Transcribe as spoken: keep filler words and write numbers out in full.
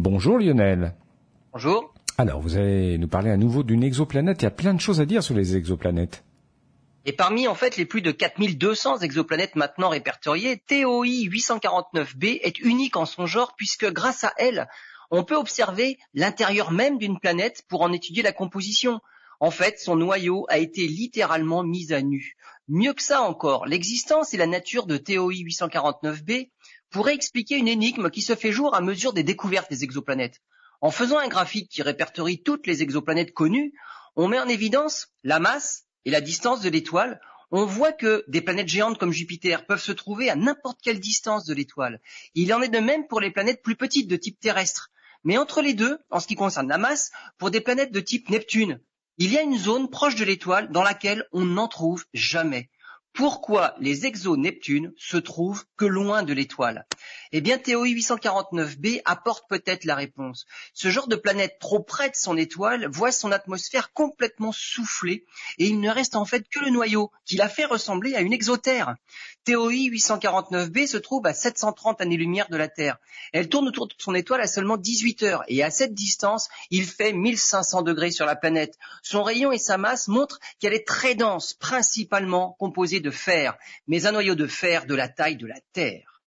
Bonjour Lionel. Bonjour. Alors, vous allez nous parler à nouveau d'une exoplanète. Il y a plein de choses à dire sur les exoplanètes. Et parmi en fait les plus de quatre mille deux cents exoplanètes maintenant répertoriées, T O I huit cent quarante-neuf b est unique en son genre puisque grâce à elle, on peut observer l'intérieur même d'une planète pour en étudier la composition. En fait, son noyau a été littéralement mis à nu. Mieux que ça encore, l'existence et la nature de T O I huit cent quarante-neuf b pourraient expliquer une énigme qui se fait jour à mesure des découvertes des exoplanètes. En faisant un graphique qui répertorie toutes les exoplanètes connues, on met en évidence la masse et la distance de l'étoile. On voit que des planètes géantes comme Jupiter peuvent se trouver à n'importe quelle distance de l'étoile. Il en est de même pour les planètes plus petites de type terrestre. Mais entre les deux, en ce qui concerne la masse, pour des planètes de type Neptune, il y a une zone proche de l'étoile dans laquelle on n'en trouve jamais. Pourquoi les exo-Neptunes se trouvent que loin de l'étoile? Eh bien, T O I huit cent quarante-neuf b apporte peut-être la réponse. Ce genre de planète trop près de son étoile voit son atmosphère complètement soufflée et il ne reste en fait que le noyau qui la fait ressembler à une exoterre. T O I huit cent quarante-neuf b se trouve à sept cent trente années-lumière de la Terre. Elle tourne autour de son étoile à seulement dix-huit heures et à cette distance, il fait mille cinq cents degrés sur la planète. Son rayon et sa masse montrent qu'elle est très dense, principalement composée de fer, mais un noyau de fer de la taille de la Terre.